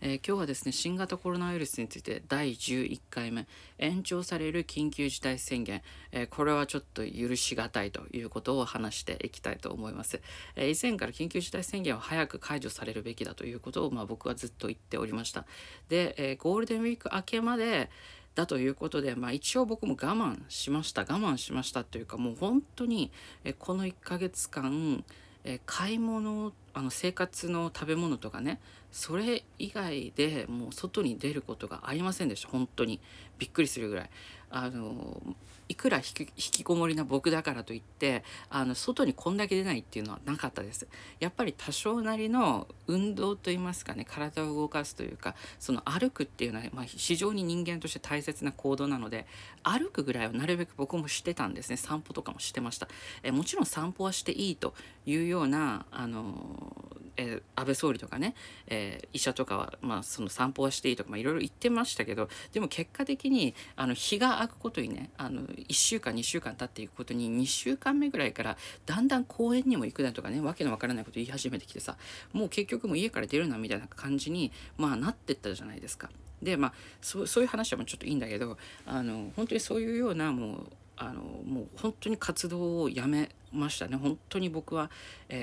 今日はですね、新型コロナウイルスについて第11回目、延長される緊急事態宣言、これはちょっと許しがたいということを話していきたいと思います。以前から緊急事態宣言は早く解除されるべきだということを、僕はずっと言っておりました。で、ゴールデンウィーク明けまでだということで、一応僕も我慢しましたというか、もう本当に、この1ヶ月間、買い物、生活の食べ物とかね、それ以外でもう外に出ることがありませんでした。本当に。びっくりするぐらい。あの、いくら引きこもりな僕だからといって、外にこんだけ出ないっていうのはなかったです。やっぱり多少なりの運動といいますかね、体を動かすというか、その歩くっていうのは、非常に人間として大切な行動なので、歩くぐらいはなるべく僕もしてたんですね。散歩とかもしてました。もちろん散歩はしていいというような、安倍総理とかね、医者とかは、その散歩はしていいとか、いろいろ言ってましたけど、でも結果的に日が空くことにね、1週間2週間経っていくことに、2週間目ぐらいからだんだん公園にも行くなとかね、わけのわからないこと言い始めてきてさ、もう結局もう家から出るなみたいな感じに、なってったじゃないですか。で、そういう話はちょっといいんだけど、本当にそういうようなもう本当に活動をやめましたね。本当に僕は、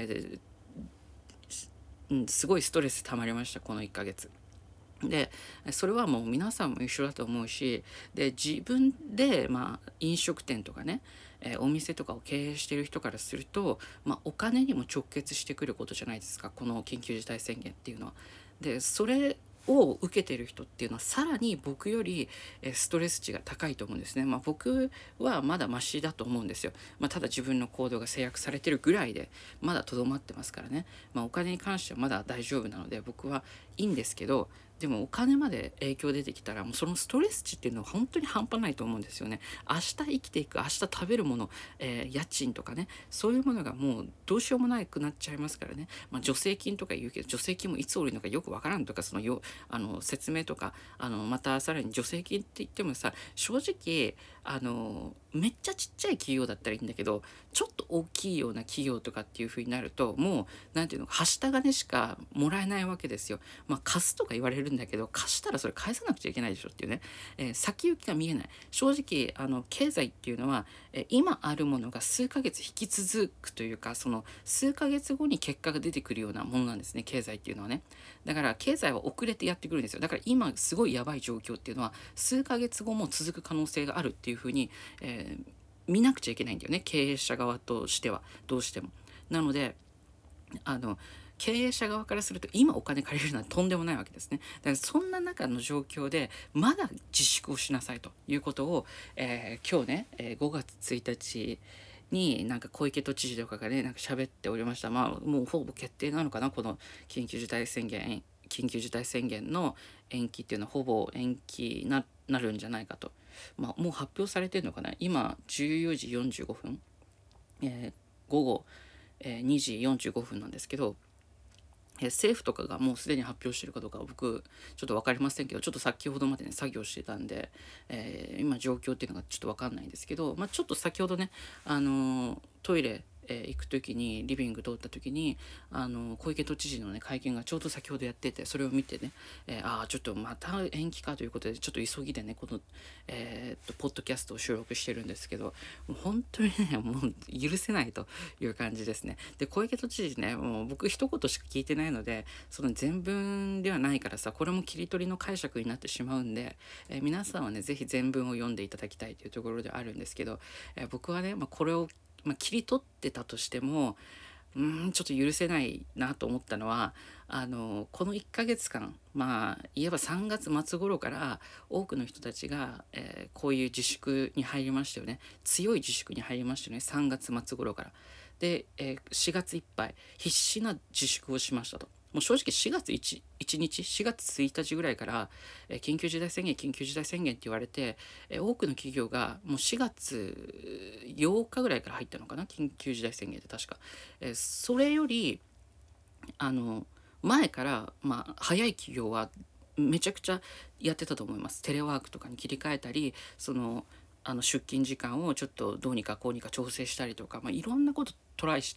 すごいストレス溜まりました、この1ヶ月。で、それはもう皆さんも一緒だと思うし、で、自分で、飲食店とかね、お店とかを経営している人からすると、お金にも直結してくることじゃないですか、この緊急事態宣言っていうのは。で、それを受けてる人っていうのはさらに僕よりストレス値が高いと思うんですね。僕はまだマシだと思うんですよ。ただ自分の行動が制約されてるぐらいでまだとどまってますからね。お金に関してはまだ大丈夫なので僕はいいんですけど、でもお金まで影響出てきたらもうそのストレス値っていうのは本当に半端ないと思うんですよね。明日生きていく、明日食べるもの、家賃とかね、そういうものがもうどうしようもなくなっちゃいますからね。助成金とか言うけど、助成金もいつ降りるのかよくわからんとか、そのよ説明とか、またさらに助成金って言ってもさ、正直めっちゃちっちゃい企業だったらいいんだけど、ちょっと大きいような企業とかっていう風になると、もうなんていうの、はした金しかもらえないわけですよ。貸すとか言われるんだけど、貸したらそれ返さなくちゃいけないでしょっていうね。先行きが見えない。正直経済っていうのは、今あるものが数ヶ月引き続くというか、その数ヶ月後に結果が出てくるようなものなんですね、経済っていうのはね。だから経済は遅れてやってくるんですよ。だから今すごいやばい状況っていうのは数ヶ月後も続く可能性があるっていうふうに、見なくちゃいけないんだよね、経営者側としてはどうしても。なのであの経営者側からすると今お金借りるのはとんでもないわけですね。だからそんな中の状況でまだ自粛をしなさいということを、今日ね、5月1日になんか小池都知事とかがねなんか喋っておりました。もうほぼ決定なのかな、この緊急事態宣言の延期っていうのはほぼ延期なるんじゃないかと。もう発表されてるのかな、今14時45分、午後2時45分なんですけど、政府とかがもうすでに発表してるかどうかは僕ちょっと分かりませんけど、ちょっと先ほどまでね作業してたんで、今状況っていうのがちょっと分かんないんですけど、ちょっと先ほどね、トイレ行く時にリビング通った時に小池都知事のね会見がちょうど先ほどやってて、それを見てね、ちょっとまた延期かということでちょっと急ぎでねこのポッドキャストを収録してるんですけど、もう本当にねもう許せないという感じですね。で小池都知事ね、もう僕一言しか聞いてないのでその全文ではないからさ、これも切り取りの解釈になってしまうんで、皆さんはね是非全文を読んでいただきたいというところではあるんですけど、僕はね、これを切り取ってたとしてもちょっと許せないなと思ったのは、この1ヶ月間、いわば3月末頃から多くの人たちが、こういう自粛に入りましたよね。強い自粛に入りましたよね。3月末頃から。で、4月いっぱい必死な自粛をしましたと。もう正直4月1日、4月1日ぐらいから、緊急事態宣言、緊急事態宣言って言われて、多くの企業がもう4月8日ぐらいから入ったのかな、緊急事態宣言って確か。それよりあの前から、早い企業はめちゃくちゃやってたと思います。テレワークとかに切り替えたり、出勤時間をちょっとどうにかこうにか調整したりとか、いろんなことトライ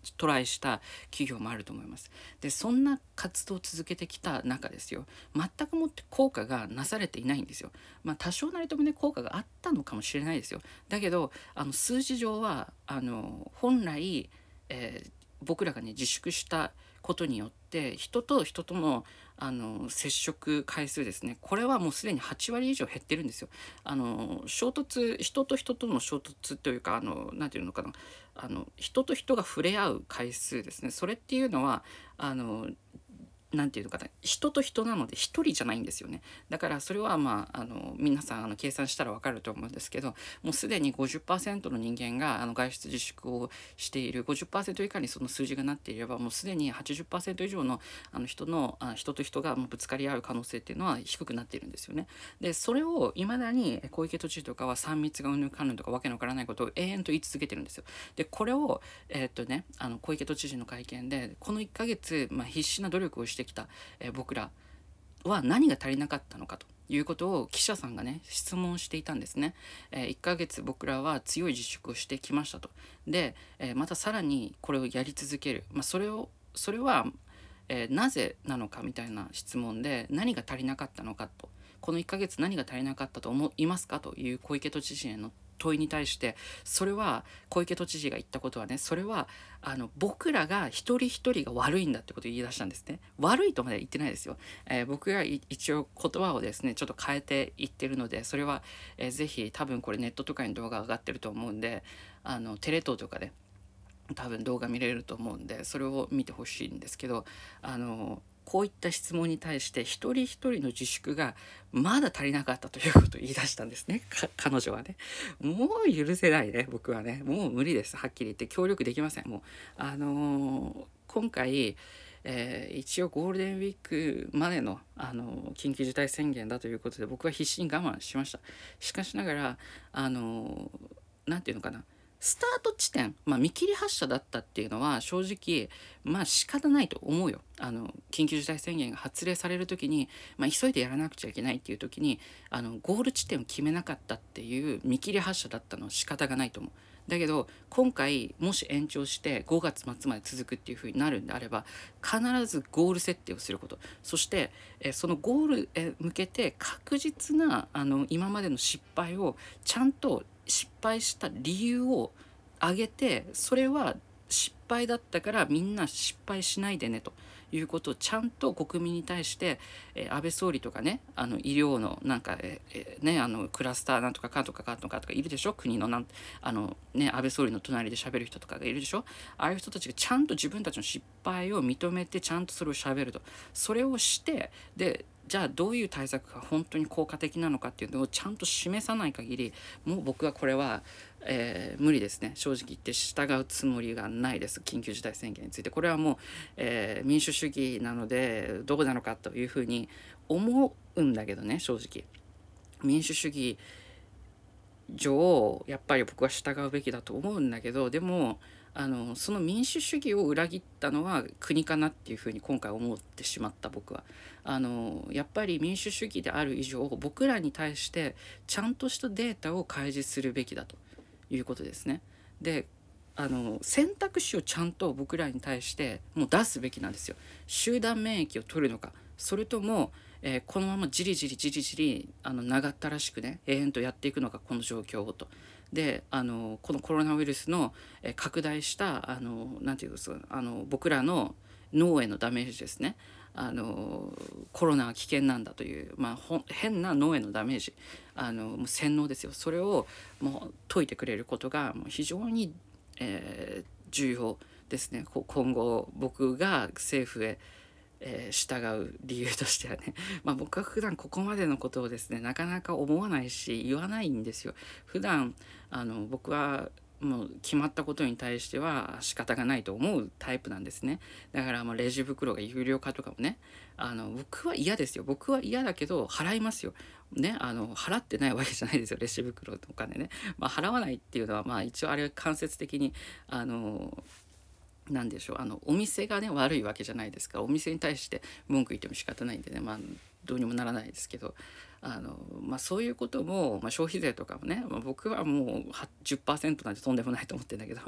トライした企業もあると思います。でそんな活動を続けてきた中ですよ、全くもって効果がなされていないんですよ。多少なりともね効果があったのかもしれないですよ。だけど数字上は本来、僕らがね自粛したことによって人と人との接触回数ですね、これはもうすでに8割以上減ってるんですよ。衝突、人と人との衝突というかなんていうのかな、人と人が触れ合う回数ですね、それっていうのはあのなんていうのかな、人と人なので一人じゃないんですよね。だからそれは皆さん計算したら分かると思うんですけど、もうすでに50%の人間が外出自粛をしている、50%以下にその数字がなっていれば、もうすでに80%以上の人と人がもうぶつかり合う可能性っていうのは低くなっているんですよね。でそれをいまだに小池都知事とかは3密がうんぬんかんぬんとかわけのわからないことを永遠と言い続けてるんですよ。でこれを小池都知事の会見でこの1ヶ月、必死な努力をしてきた、僕らは何が足りなかったのかということを記者さんがね質問していたんですね。1ヶ月僕らは強い自粛をしてきましたと。で、またさらにこれをやり続ける、それは、なぜなのかみたいな質問で、何が足りなかったのかと、この1ヶ月何が足りなかったと思いますかという小池都知事への問いに対して、それは小池都知事が言ったことはね、それは僕らが一人一人が悪いんだってことを言い出したんですね。悪いとまでは言ってないですよ。僕が一応言葉をですねちょっと変えて言ってるので、それは、ぜひ多分これネットとかに動画上がってると思うんで、テレ東とかで多分動画見れると思うんで、それを見てほしいんですけど、こういった質問に対して一人一人の自粛がまだ足りなかったということを言い出したんですね。彼女はね。もう許せないね、僕はね。もう無理です。はっきり言って協力できません。もう今回、一応ゴールデンウィークまでの、緊急事態宣言だということで僕は必死に我慢しました。しかしながらなんていうのかな、スタート地点、見切り発車だったっていうのは正直仕方ないと思うよ。緊急事態宣言が発令される時に、急いでやらなくちゃいけないっていう時にゴール地点を決めなかったっていう見切り発車だったのは仕方がないと思う。だけど今回もし延長して5月末まで続くっていう風になるんであれば、必ずゴール設定をすること、そして、そのゴールへ向けて確実な今までの失敗をちゃんと失敗した理由を挙げて、それは失敗だったからみんな失敗しないでねということをちゃんと国民に対して、安倍総理とかね医療のなんか、クラスターなんとかかんとかかんとかとかいるでしょ、国の安倍総理の隣で喋る人とかがいるでしょ。ああいう人たちがちゃんと自分たちの失敗を認めてちゃんとそれを喋ると、それをして、でじゃあどういう対策が本当に効果的なのかっていうのをちゃんと示さない限り、もう僕はこれは、無理ですね。正直言って従うつもりがないです、緊急事態宣言について。これはもう、民主主義なのでどうなのかというふうに思うんだけどね、正直民主主義上やっぱり僕は従うべきだと思うんだけど、でもその民主主義を裏切ったのは国かなっていうふうに今回思ってしまった。僕はやっぱり民主主義である以上僕らに対してちゃんとしたデータを開示するべきだということですね。で選択肢をちゃんと僕らに対してもう出すべきなんですよ。集団免疫を取るのか、それとも、このままじりじりじりじり長ったらしくね永遠とやっていくのか、この状況をと。でこのコロナウイルスの、拡大したなんていうんですか、僕らの脳へのダメージですね。コロナは危険なんだという、変な脳へのダメージ、もう洗脳ですよ。それをもう解いてくれることがもう非常に重要ですね。今後僕が政府へ、従う理由としてはね、僕は普段ここまでのことをですねなかなか思わないし言わないんですよ。普段僕はもう決まったことに対しては仕方がないと思うタイプなんですね。だからレジ袋が有料化とかもね僕は嫌ですよ。僕は嫌だけど払いますよ。ね、払ってないわけじゃないですよ、レジ袋とかでね。払わないっていうのは一応あれ間接的になんでしょう、お店がね悪いわけじゃないですから、お店に対して文句言っても仕方ないんでね、どうにもならないですけどそういうことも、消費税とかもね、僕はもう10%なんてとんでもないと思ってるんだけど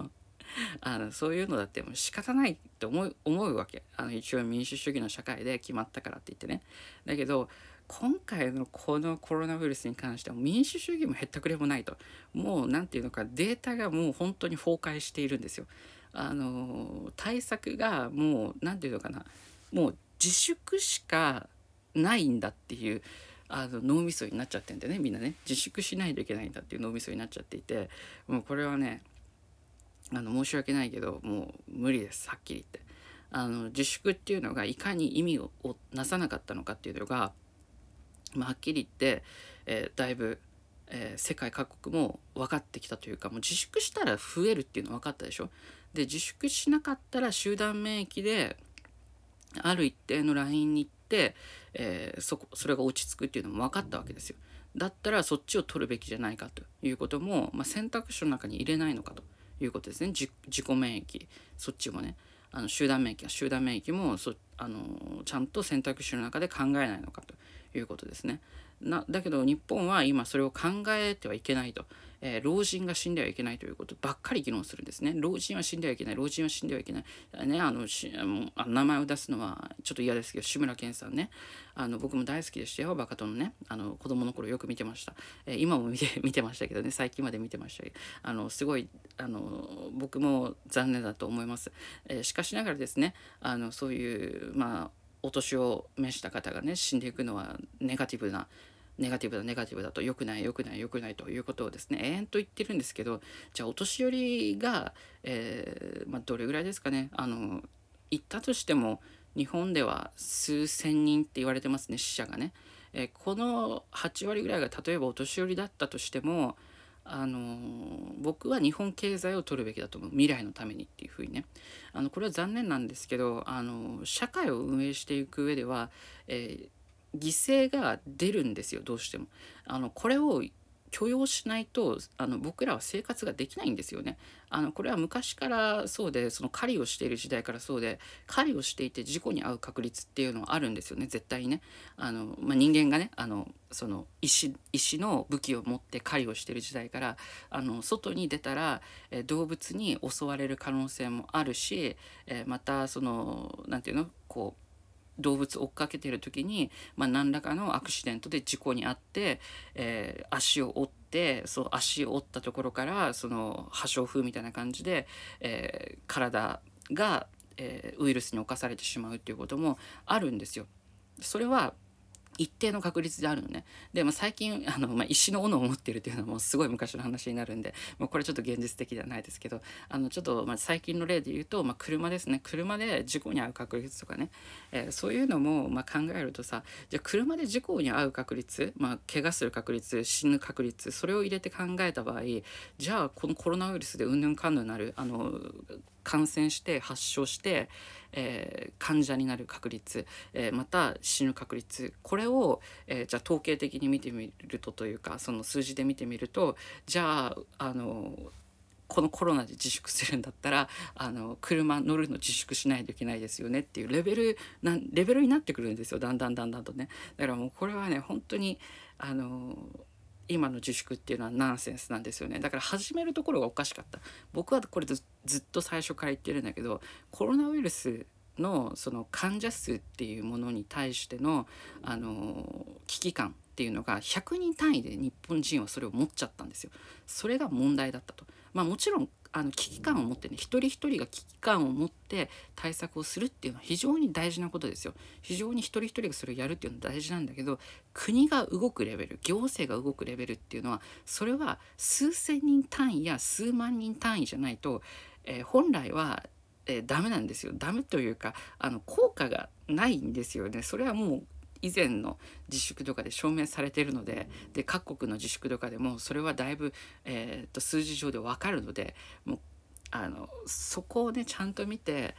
そういうのだってもう仕方ないと思うわけ。一応民主主義の社会で決まったからって言ってね。だけど今回のこのコロナウイルスに関しては民主主義もへったくれもないと、もうなんていうのか、データがもう本当に崩壊しているんですよ。対策がもうなんていうのかな、もう自粛しかないんだっていう脳みそになっちゃってんでね、みんなね、自粛しないといけないんだっていう脳みそになっちゃっていて、もうこれはね、申し訳ないけどもう無理です、はっきり言って。自粛っていうのがいかに意味をなさなかったのかっていうのが、はっきり言って、だいぶ、世界各国も分かってきたというか、もう自粛したら増えるっていうの分かったでしょ。で自粛しなかったら集団免疫である一定のラインに行って、それが落ち着くっていうのも分かったわけですよ。だったらそっちを取るべきじゃないかということも、選択肢の中に入れないのかということですね。自己免疫、そっちもね、集団免疫もちゃんと選択肢の中で考えないのかということですね。だけど日本は今それを考えてはいけないと、老人が死んではいけないということばっかり議論するんですね。老人は死んではいけない、老人は死んではいけない。ね、名前を出すのはちょっと嫌ですけど、志村けんさんね、僕も大好きでしたよ、バカ殿ね。子供の頃よく見てました。今も見てましたけどね、最近まで見てましたけど、すごい僕も残念だと思います。しかしながらですね、そういうお年を召した方がね死んでいくのはネガティブだと、良くない良くない良くないということをですね延々と言ってるんですけど、じゃあお年寄りが、どれぐらいですかね、行ったとしても日本では数千人って言われてますね、死者がね。この8割ぐらいが例えばお年寄りだったとしても、僕は日本経済を取るべきだと思う、未来のためにっていうふうにね。これは残念なんですけど、社会を運営していく上では、犠牲が出るんですよ、どうしても。これを許容しないと僕らは生活ができないんですよね。これは昔からそうで、その狩りをしている時代からそうで、狩りをしていて事故に遭う確率っていうのはあるんですよね、絶対にね。人間がねその石の武器を持って狩りをしている時代から外に出たら、動物に襲われる可能性もあるし、またなんていうのこう動物を追っかけている時に、何らかのアクシデントで事故に遭って、足を折って、そう足を折ったところから破傷風みたいな感じで、体が、ウイルスに侵されてしまうっていうこともあるんですよ。それは一定の確率であるのね。で、最近石の斧を持っているっていうのはもうすごい昔の話になるんで、これちょっと現実的ではないですけど、ちょっと最近の例で言うと、車ですね。車で事故に遭う確率とかね、そういうのも考えるとさ、じゃあ車で事故に遭う確率、怪我する確率、死ぬ確率、それを入れて考えた場合、じゃあこのコロナウイルスでうんぬんかんぬんなる感染して発症して、患者になる確率、また死ぬ確率、これを、じゃあ統計的に見てみるというか、その数字で見てみると、じゃあこのコロナで自粛するんだったら車乗るの自粛しないといけないですよねっていうレベルになってくるんですよ、だんだんだんだんとね。だからもうこれはね本当に今の自粛っていうのはナンセンスなんですよね。だから始めるところがおかしかった。僕はこれずっと最初から言ってるんだけど、コロナウイルスのその患者数っていうものに対しての危機感っていうのが100人単位で日本人はそれを持っちゃったんですよ。それが問題だったと。もちろん危機感を持ってね、一人一人が危機感を持って対策をするっていうのは非常に大事なことですよ。非常に一人一人がそれをやるっていうのは大事なんだけど、国が動くレベル、行政が動くレベルっていうのは、それは数千人単位や数万人単位じゃないと、本来はダメなんですよ。ダメというか効果がないんですよね。それはもう以前の自粛とかで証明されているので、各国の自粛とかでもそれはだいぶ、数字上で分かるので、もうそこをねちゃんと見て、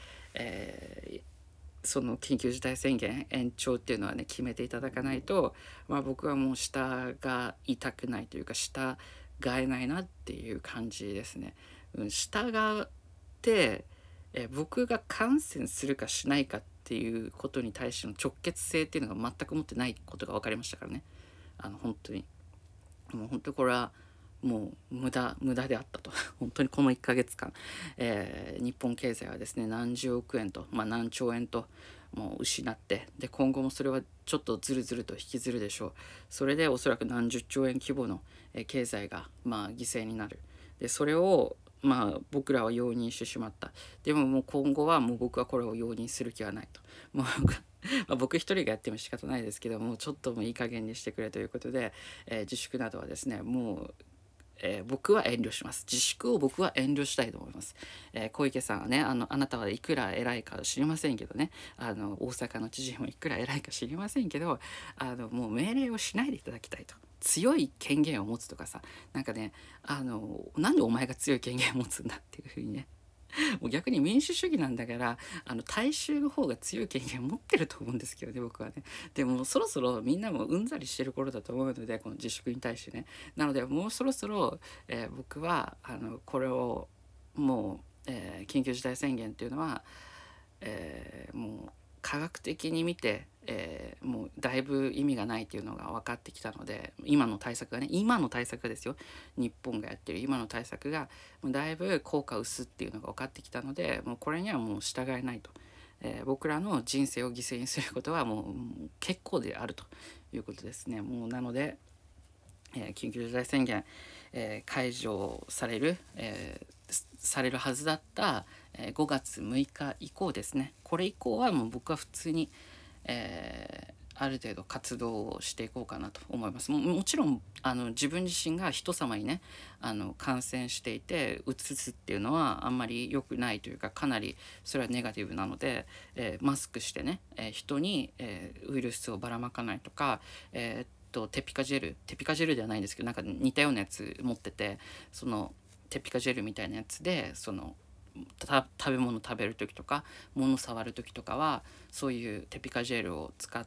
その緊急事態宣言延長っていうのはね決めていただかないと、僕はもう従いたくないというか従えないなっていう感じですね。従って僕が感染するかしないかっていうことに対しての直結性っていうのが全く持ってないことが分かりましたからね。本当にもう本当これはもう無駄であったと本当にこの1ヶ月間、日本経済はですね何十億円と、何兆円ともう失って、で今後もそれはちょっとずるずると引きずるでしょう。それでおそらく何十兆円規模の経済が犠牲になる。でそれを僕らは容認してしまった。でももう今後はもう僕はこれを容認する気はないと。もう僕一人がやっても仕方ないですけども、ちょっともういい加減にしてくれということで、自粛などはですねもう僕は遠慮します。自粛を僕は遠慮したいと思います。小池さんはね、あなたはいくら偉いか知りませんけどね、大阪の知事もいくら偉いか知りませんけど、もう命令をしないでいただきたいと。強い権限を持つとかさ、なんかね、なんでお前が強い権限を持つんだっていうふうにね、もう逆に民主主義なんだから大衆の方が強い権限持ってると思うんですけどね、僕はね。でもそろそろみんなもうんざりしてる頃だと思うので、この自粛に対してね。なのでもうそろそろ、僕はこれをもう、緊急事態宣言っていうのは、もう科学的に見て、もうだいぶ意味がないっていうのが分かってきたので、今の対策がですよ、日本がやってる今の対策がもうだいぶ効果薄っていうのが分かってきたので、もうこれにはもう従えないと、僕らの人生を犠牲にすることはもう結構であるということですね。もうなので、緊急事態宣言、解除される、されるはずだった、5月6日以降ですね、これ以降はもう僕は普通に、ある程度活動をしていこうかなと思います。もちろん自分自身が人様にね感染していてうつすっていうのはあんまり良くないというか、かなりそれはネガティブなので、マスクしてね、人に、ウイルスをばらまかないとか、テピカジェルではないんですけど、なんか似たようなやつ持ってて、そのテピカジェルみたいなやつで食べ物食べる時とか物触る時とかはそういうテピカジェルを使って、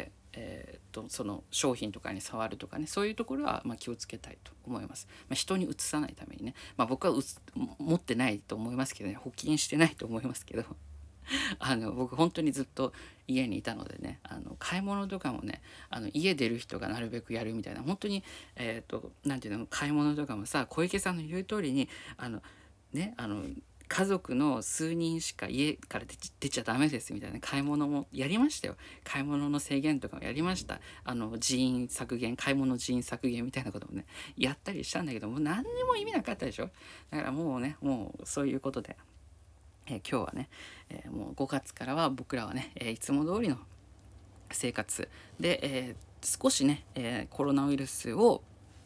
その商品とかに触るとかね、そういうところは気をつけたいと思います。人にうつさないためにね、僕は持ってないと思いますけどね、保菌してないと思いますけど僕本当にずっと家にいたのでね、買い物とかもね家出る人がなるべくやるみたいな、本当になんていうの、買い物とかもさ、小池さんの言う通りにね家族の数人しか家から出ちゃダメですみたいな買い物もやりましたよ。買い物の制限とかもやりました。買い物人員削減みたいなこともねやったりしたんだけど、もう何にも意味なかったでしょ。だからもうそういうことで、今日はね、もう5月からは僕らはね、いつも通りの生活で、少しね、コロナウイルスを、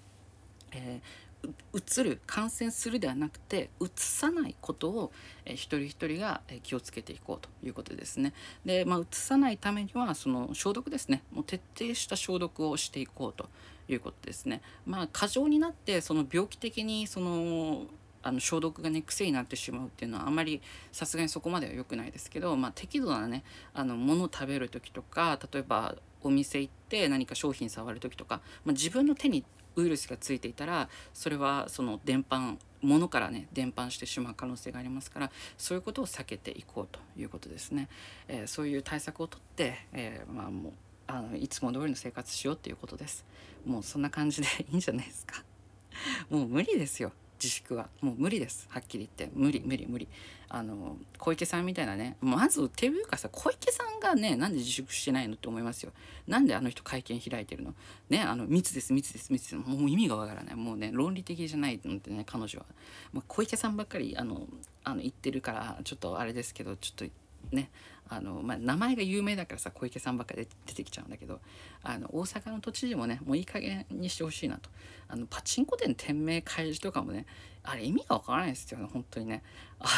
感染するではなくてうつさないことを、一人一人が気をつけていこうということですね。で、うつさないためにはその消毒ですね、もう徹底した消毒をしていこうということですね。過剰になってその病気的に消毒がね癖になってしまうっていうのはあんまりさすがにそこまでは良くないですけど、適度なね物を食べる時とか、例えばお店行って何か商品触る時とか、自分の手にウイルスがついていたらそれはその物からね伝播してしまう可能性がありますから、そういうことを避けていこうということですね。そういう対策をとって、もういつも通りの生活しようっていうことです。もうそんな感じでいいんじゃないですか。もう無理ですよ、自粛はもう無理です。はっきり言って無理無理無理。小池さんみたいなね、まずっていうかさ、小池さんがねなんで自粛してないのって思いますよ。なんであの人会見開いてるのね、密です密です密です、もう意味がわからない。もうね論理的じゃないのってね、彼女はもう小池さんばっかり言ってるからちょっとあれですけど、ちょっとね名前が有名だからさ小池さんばっかり出てきちゃうんだけど、大阪の都知事もねもういい加減にしてほしいなと。パチンコ店店名開示とかもね、あれ意味がわからないですよね本当にね。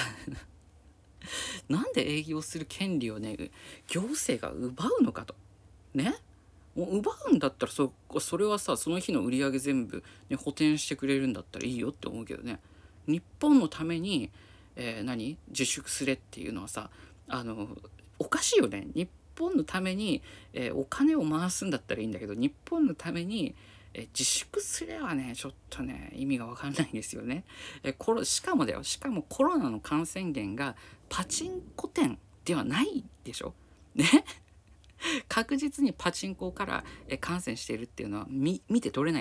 なんで営業する権利をね行政が奪うのかとね。もう奪うんだったらそれはさその日の売り上げ全部、ね、補填してくれるんだったらいいよって思うけどね。日本のために、自粛すれっていうのはさおかしいよね。日本のために、お金を回すんだったらいいんだけど、日本のために、自粛すればねちょっとね意味が分かんないんですよね。しかもコロナの感染源がパチンコ店ではないでしょ。ね確実にパチンコから感染しているっていうのは見て取れないんですよ。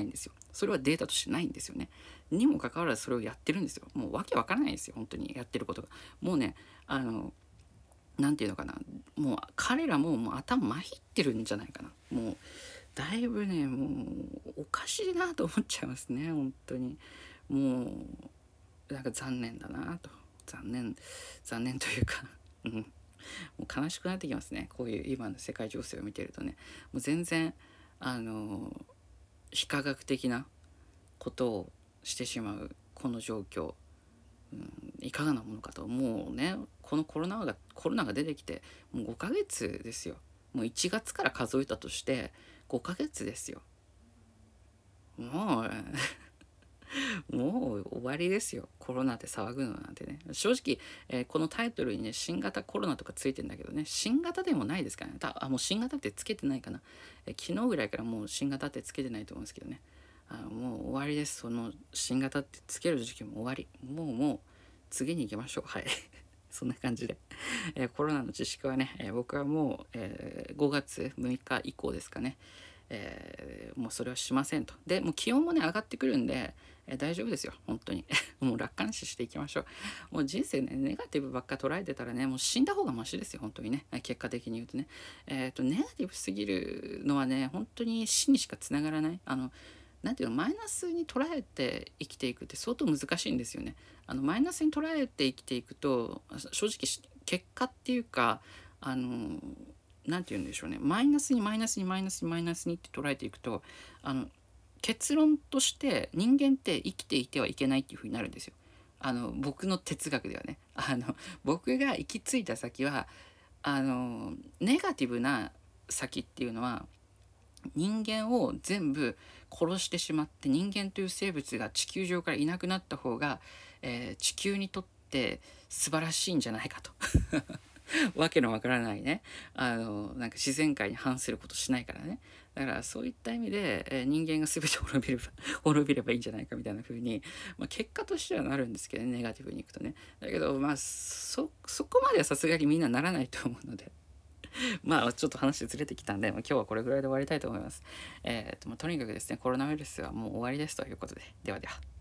それはデータとしてないんですよね。にもかかわらずそれをやってるんですよ。もうわけわからないですよ、本当にやってることが。もうね、なんていうのかな、もう彼らももう頭まひってるんじゃないかな。もうだいぶね、もうおかしいなと思っちゃいますね、本当に。もうなんか残念だなと。残念というかうん、もう悲しくなってきますね、こういう今の世界情勢を見てるとね。もう全然あの非科学的なことをしてしまうこの状況、いかがなものかと。もうね、このコロナが出てきてもう5ヶ月ですよ。もう1月から数えたとして5ヶ月ですよ。もうもう終わりですよ、コロナで騒ぐのなんてね。正直、このタイトルにね新型コロナとかついてんだけどね、新型でもないですからね。もう新型ってつけてないかな、昨日ぐらいからもう新型ってつけてないと思うんですけどね。もう終わりです。その新型ってつける時期も終わり。もう次に行きましょう。はいそんな感じで、コロナの知識はね、僕はもう、5月6日以降ですかね、もうそれはしませんと。でもう気温もね上がってくるんで、大丈夫ですよ本当にもう楽観視していきましょう。もう人生ねネガティブばっか捉えてたらね、もう死んだ方がマシですよ本当にね、結果的に言うとね。ネガティブすぎるのはね本当に死にしかつながらない。なんていうの、マイナスに捉えて生きていくって相当難しいんですよね。マイナスに捉えて生きていくと正直結果っていうか、なんて言うんでしょうね、マイナスにマイナスにマイナスにマイナスにって捉えていくと、あの結論として人間って生きていてはいけないっていう風になるんですよ。僕の哲学ではね、僕が行き着いた先は、ネガティブな先っていうのは、人間を全部殺してしまって人間という生物が地球上からいなくなった方が、地球にとって素晴らしいんじゃないかとわけのわからないね、なんか自然界に反することしないからね。だからそういった意味で、人間が全て滅びればいいんじゃないかみたいな風に、結果としてはなるんですけどね、ネガティブにいくとね。だけどそこまではさすがにみんなならないと思うのでちょっと話ずれてきたんで、今日はこれぐらいで終わりたいと思います。とにかくですね、コロナウイルスはもう終わりですということで、ではでは。